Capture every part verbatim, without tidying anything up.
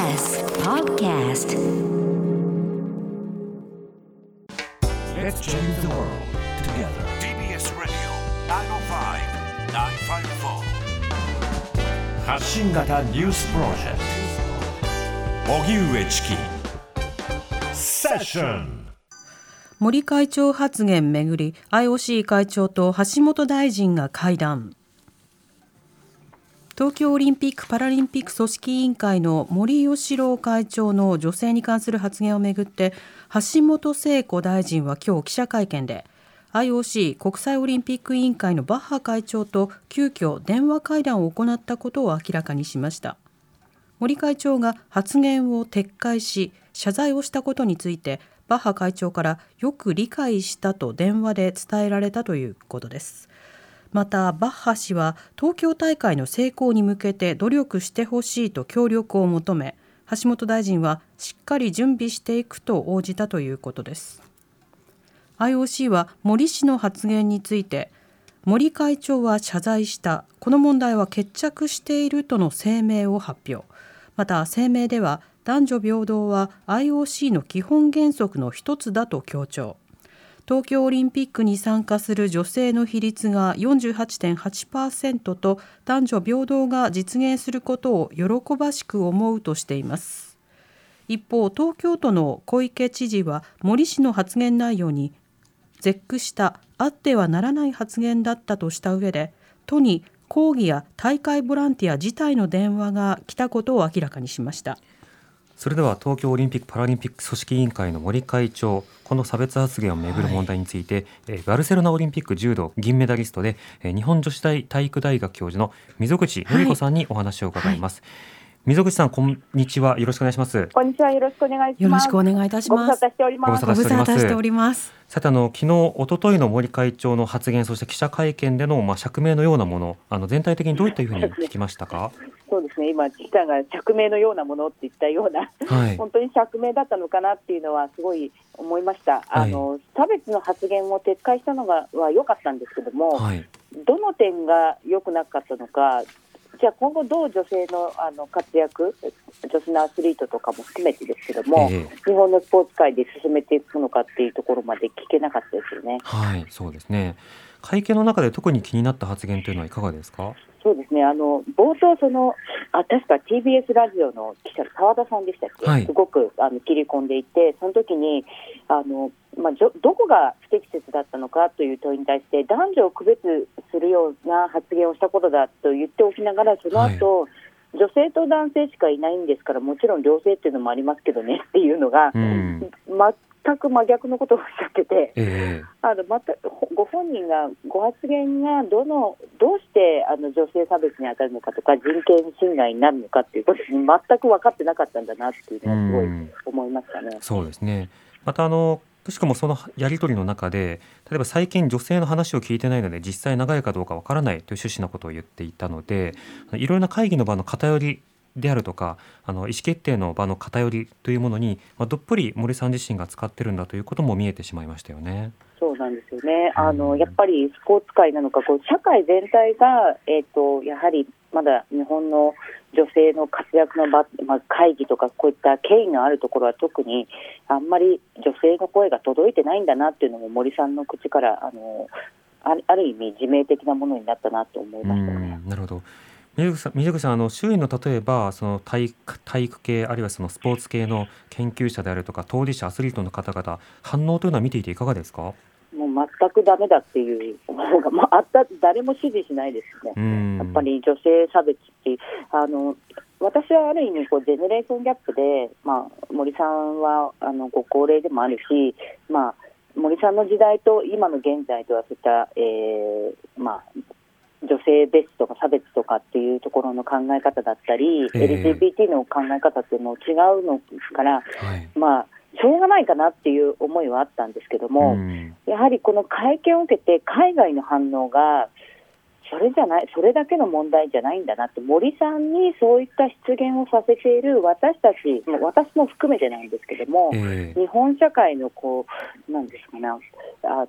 エス Podcast Let's change the world together. ティービーエス Radio きゅうまるご きゅうごよん発信型ニュースプロジェクト荻上チキセッション。 森会長発言めぐり アイオーシー 会長と橋本大臣が会談。東京オリンピック・パラリンピック組織委員会の森喜朗会長の女性に関する発言をめぐって橋本聖子大臣は今日記者会見で アイオーシー 国際オリンピック委員会のバッハ会長と急遽電話会談を行ったことを明らかにしました。森会長が発言を撤回し謝罪をしたことについてバッハ会長からよく理解したと電話で伝えられたということです。またバッハ氏は東京大会の成功に向けて努力してほしいと協力を求め、橋本大臣はしっかり準備していくと応じたということです。 アイオーシー は森氏の発言について森会長は謝罪した、この問題は決着しているとの声明を発表。また声明では男女平等は アイオーシー の基本原則の一つだと強調。東京オリンピックに参加する女性の比率が よんじゅうはちてんはちパーセント と男女平等が実現することを喜ばしく思うとしています。一方、東京都の小池知事は森氏の発言内容に絶句した、あってはならない発言だったとした上で、都に抗議や大会ボランティア自体の電話が来たことを明らかにしました。 それでは東京オリンピック・パラリンピック組織委員会の森会長、この差別発言をめぐる問題について、はい、バルセロナオリンピック柔道銀メダリストで日本女子大体育大学教授の溝口典子さんにお話を伺います。はいはい、溝口さん、こんにちは。よろしくお願いします。 こんにちは。よろしくお願いします。 よろしくお願いいたします。 ご無沙汰しております。 ご無沙汰しております。 さて、あの昨日一昨日の森会長の発言、そして記者会見での、まあ、釈明のようなもの、あの全体的にどういったふうに聞きましたか？ そうですね、今記者が釈明のようなものって言ったような、はい、本当に釈明だったのかなっていうのはすごい思いました。あの、はい、差別の発言を撤回したのがは良かったんですけども、はい、どの点が良くなかったのか、じゃあ今後どう女性 の, あの活躍、女性のアスリートとかも含めてですけども、えー、日本のスポーツ界で進めていくのかっていうところまで聞けなかったですよね。 はい、そうですね。会見の中で特に気になった発言というのはいかがですか？ そうですね、あの冒頭そのあ確か ティービーエス ラジオの記者澤田さんでしたっけ、はい、すごくあの切り込んでいて、その時にあの、まあ、どこが不適切だったのかという問いに対して男女を区別するような発言をしたことだと言っておきながら、その後、はい、女性と男性しかいないんですから、もちろん両性っていうのもありますけどねっていうのが、うん、全く真逆のことをおっしゃってて、えー、あのまたご本人がご発言がどのどうしてあの女性差別に当たるのかとか人権侵害になるのかっていうことに全く分かってなかったんだなっていうのはすごい思いましたね。 そうですね。またあのしかもそのやり取りの中で、例えば最近女性の話を聞いてないので実際長いかどうかわからないという趣旨のことを言っていたので、いろいろな会議の場の偏りであるとか、あの意思決定の場の偏りというものに、まあ、どっぷり森さん自身が使ってるんだということも見えてしまいましたよね。 そうなんですよね。あのやっぱりスポーツ界なのか、こう社会全体が、えーと、やはりまだ日本の女性の活躍の場、まあ、会議とかこういった権威のあるところは特にあんまり女性の声が届いてないんだなっていうのも森さんの口からあのある、ある意味自明的なものになったなと思いましたね。 うん、なるほど。水口さん、水口さん、あの周囲の例えばその体育、体育系あるいはそのスポーツ系の研究者であるとか当事者アスリートの方々、反応というのは見ていていかがですか？ もう全くダメだっていう方が、まあ、あった誰も支持しないですね。やっぱり女性差別ってあの私はある意味こうジェネレーションギャップで、まあ、森さんはあのご高齢でもあるし、まあ、森さんの時代と今の現在ではそういった、えーまあ女性蔑視とか差別とかっていうところの考え方だったり、えー、エルジービーティー の考え方っていうのも違うのから、はい、まあしょうがないかなっていう思いはあったんですけども、うん、やはりこの会見を受けて海外の反応がそれじゃないそれだけの問題じゃないんだなって、森さんにそういった出現をさせている私たち、私も含めてなんですけども、えー、日本社会のこうなんですかね、あの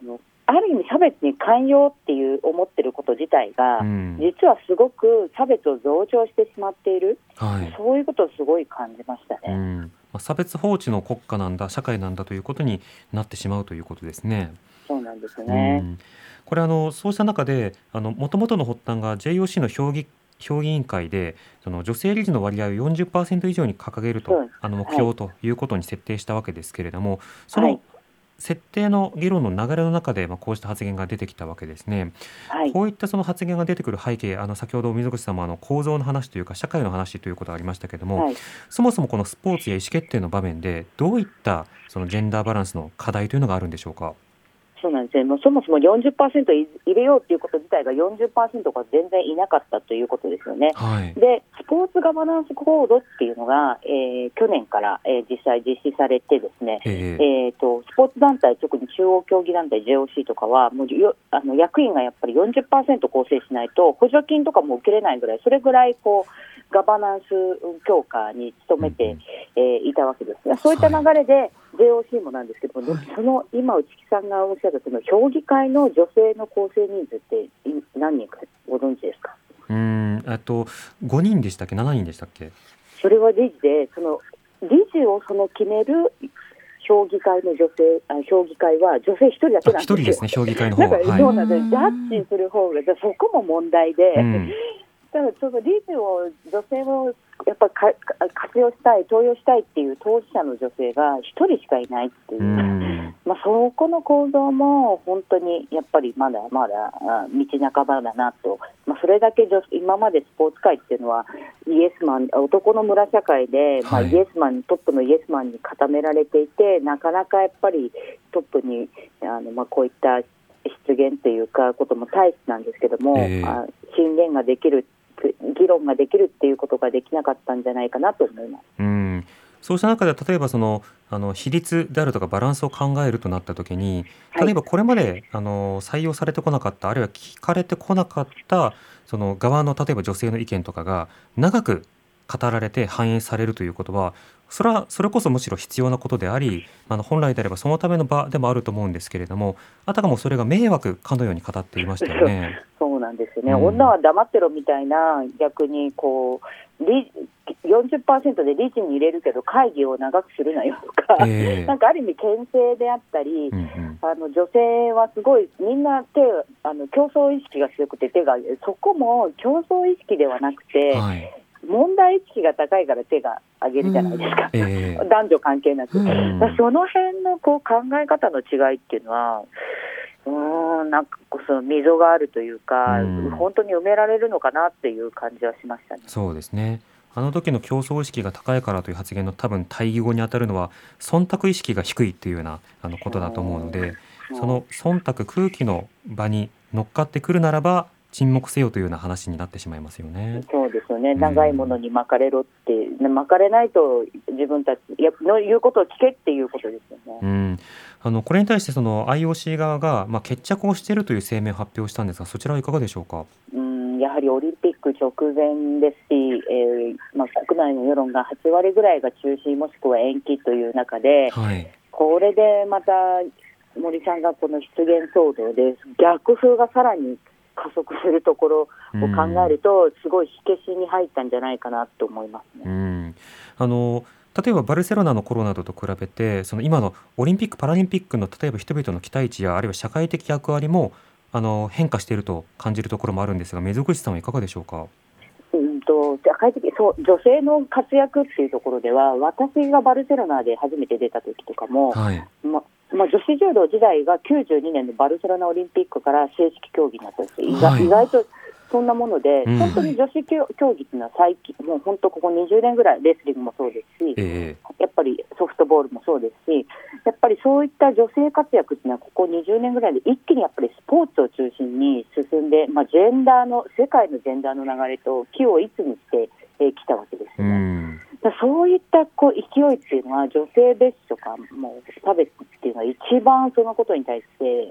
ある意味差別に寛容っていう思ってること自体が、うん、実はすごく差別を増長してしまっている、はい、そういうことをすごい感じましたね。 うん、まあ、差別放置の国家なんだ、社会なんだということになってしまうということですね。 そうなんですね。うん、 これあのそうした中でもともとの発端が ジェイオーシー の評議評議委員会でその女性理事の割合を よんじゅっパーセント 以上に掲げると、あの目標ということに設定したわけですけれども、はい、その設定の議論の流れの中で、まあ、こうした発言が出てきたわけですね。はい、こういったその発言が出てくる背景、あの先ほど水口さんもあの構造の話というか社会の話ということがありましたけれども、はい、そもそもこのスポーツや意思決定の場面でどういったそのジェンダーバランスの課題というのがあるんでしょうか。 そうなんですね。もうそもそも よんじゅっパーセント 入れようということ自体が よんじゅっパーセント が全然いなかったということですよね。はい、でスポーツガバナンスコードっていうのが、えー、去年から、えー、実際実施されてですね、えーえー、とスポーツ団体、特に中央競技団体 ジェイオーシー とかはもうよあの役員がやっぱり よんじゅっパーセント 構成しないと補助金とかも受けれないぐらい、それぐらいこうガバナンス強化に努めて、うんえー、いたわけですが、そういった流れで、はい、ジェイオーシー もなんですけども、はい、その今内木さんがおっしゃったその評議会の女性の構成人数って何人かご存知ですか。 うーんあとごにんでしたっけ、しちにんでしたっけ。 それは理事で、その理事をその決める評議会の女性あ評議会は女性ひとりだけなんですよ。 ひとりですね、評議会の方は。 はい、そうなんです。ジャッジする方がそこも問題で、うんだからその理事を女性をやっぱか活用したい、登用したいっていう当事者の女性がひとりしかいないっていう、うんまあ、そこの構造も本当にやっぱりまだまだ道半ばだなと、まあ、それだけ女今までスポーツ界っていうのはイエスマン男の村社会で、まあ、イエスマントップのイエスマンに固められていて、なかなかやっぱりトップにあの、まあ、こういった出現というかことも大事なんですけども、えー、進言ができる議論ができるっていうことができなかったんじゃないかなと思います。 うん、そうした中で例えばそのあの比率であるとかバランスを考えるとなったときに、例えばこれまで、はい、あの採用されてこなかった、あるいは聞かれてこなかったその側の例えば女性の意見とかが長く語られて反映されるということは、それはそれこそむしろ必要なことであり、あの本来であればそのための場でもあると思うんですけれども、あたかもそれが迷惑かのように語っていましたよね。 そうなんですよね、うん、女は黙ってろみたいな、逆にこうリ よんじゅっパーセント で理事に入れるけど会議を長くするなよとか、えー、なんかある意味牽制であったり、うんうん、あの女性はすごいみんな手あの競争意識が強くて手が、そこも競争意識ではなくて、はい、問題意識が高いから手が上げるじゃないですか、うんえー、男女関係なく、うん、その辺のこう考え方の違いっていうのはうーんなんかその溝があるというか、うん、本当に埋められるのかなっていう感じはしましたね。 そうですね。あの時の競争意識が高いからという発言の多分対義語に当たるのは忖度意識が低いというようなあのことだと思うので、その忖度空気の場に乗っかってくるならば沈黙せよというような話になってしまいますよね。 そうですよね。長いものに巻かれろって、うん、巻かれないと自分たちの言うことを聞けっていうことですよね。 うん、あのこれに対してその アイオーシー 側が、まあ、決着をしているという声明を発表したんですが、そちらはいかがでしょうか。 うん、やはりオリンピック直前ですし、えーまあ、国内の世論がはちわりぐらいが中止もしくは延期という中で、はい、これでまた森さんがこの失言騒動で逆風がさらに加速するところを考えると、すごい火消しに入ったんじゃないかなと思いますね。 うん、あの例えばバルセロナの頃などと比べて、その今のオリンピック・パラリンピックの例えば人々の期待値やあるいは社会的役割もあの変化していると感じるところもあるんですが、溝口さんはいかがでしょうか。 うんと社会的そう女性の活躍っていうところでは、私がバルセロナで初めて出た時とかも、はいままあ、女子柔道時代がきゅうじゅうにねんのバルセロナオリンピックから正式競技になったんですよ、はい、意外とそんなもので、うん、本当に女子競技っていうのは最近もう本当ここにじゅうねんぐらいレスリングもそうですし、えー、やっぱりソフトボールもそうですし、やっぱりそういった女性活躍っていうのはここにじゅうねんぐらいで一気にやっぱりスポーツを中心に進んで、まあ、ジェンダーの世界のジェンダーの流れと気を一にしてき、えー、たわけですよね。うんそういったこう勢いっていうのは女性蔑視とかもう差別っていうのは一番そのことに対して、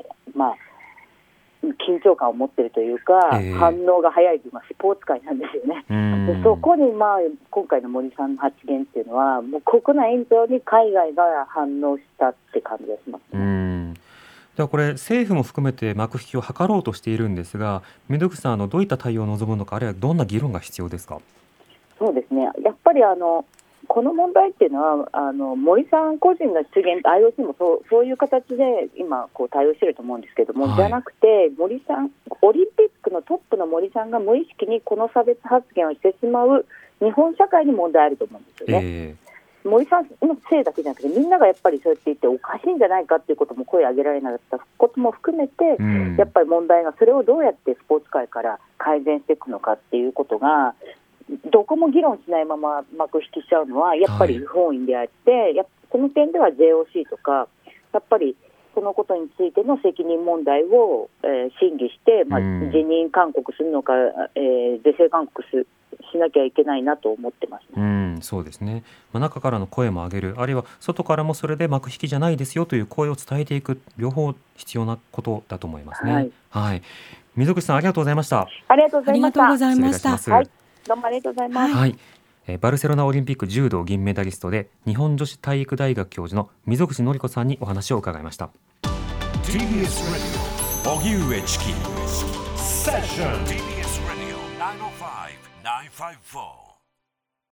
まあ、緊張感を持っているというか、えー、反応が早いというのはスポーツ界なんですよね。でそこに、まあ、今回の森さんの発言っていうのはもう国内以上に海外が反応したって感じがしますね。 うんではこれ政府も含めて幕引きを図ろうとしているんですが、溝口さん、あのどういった対応を望むのか、あるいはどんな議論が必要ですか。 そうですね、やっぱりあのこの問題っていうのはあの森さん個人の出現、 アイオーシー もそう、そういう形で今こう対応していると思うんですけども、はい、じゃなくて森さん、オリンピックのトップの森さんが無意識にこの差別発言をしてしまう日本社会に問題あると思うんですよね、えー、森さんのせいだけじゃなくて、みんながやっぱりそうやって言っておかしいんじゃないかっていうことも声を上げられなかったことも含めて、うん、やっぱり問題がそれをどうやってスポーツ界から改善していくのかっていうことがどこも議論しないまま幕引きしちゃうのはやっぱり不本意であって、はい、やその点では ジェイオーシー とかやっぱりそのことについての責任問題を、えー、審議して、まあ、辞任勧告するのか、えー、是正勧告すしなきゃいけないなと思ってます、ね、 うんそうですね、まあ、中からの声も上げる、あるいは外からもそれで幕引きじゃないですよという声を伝えていく、両方必要なことだと思いますね。はい、はい、溝口さん、ありがとうございました。 ありがとうございました。 ありがとうございました。 はい、どうもありがとうございます。 はい、えー、バルセロナオリンピック柔道銀メダリストで日本女子体育大学教授の溝口紀子さんにお話を伺いました。 ティービーエス ラジオ荻上チキセッションティービーエス Radio ナインオーファイブ ナインファイブフォー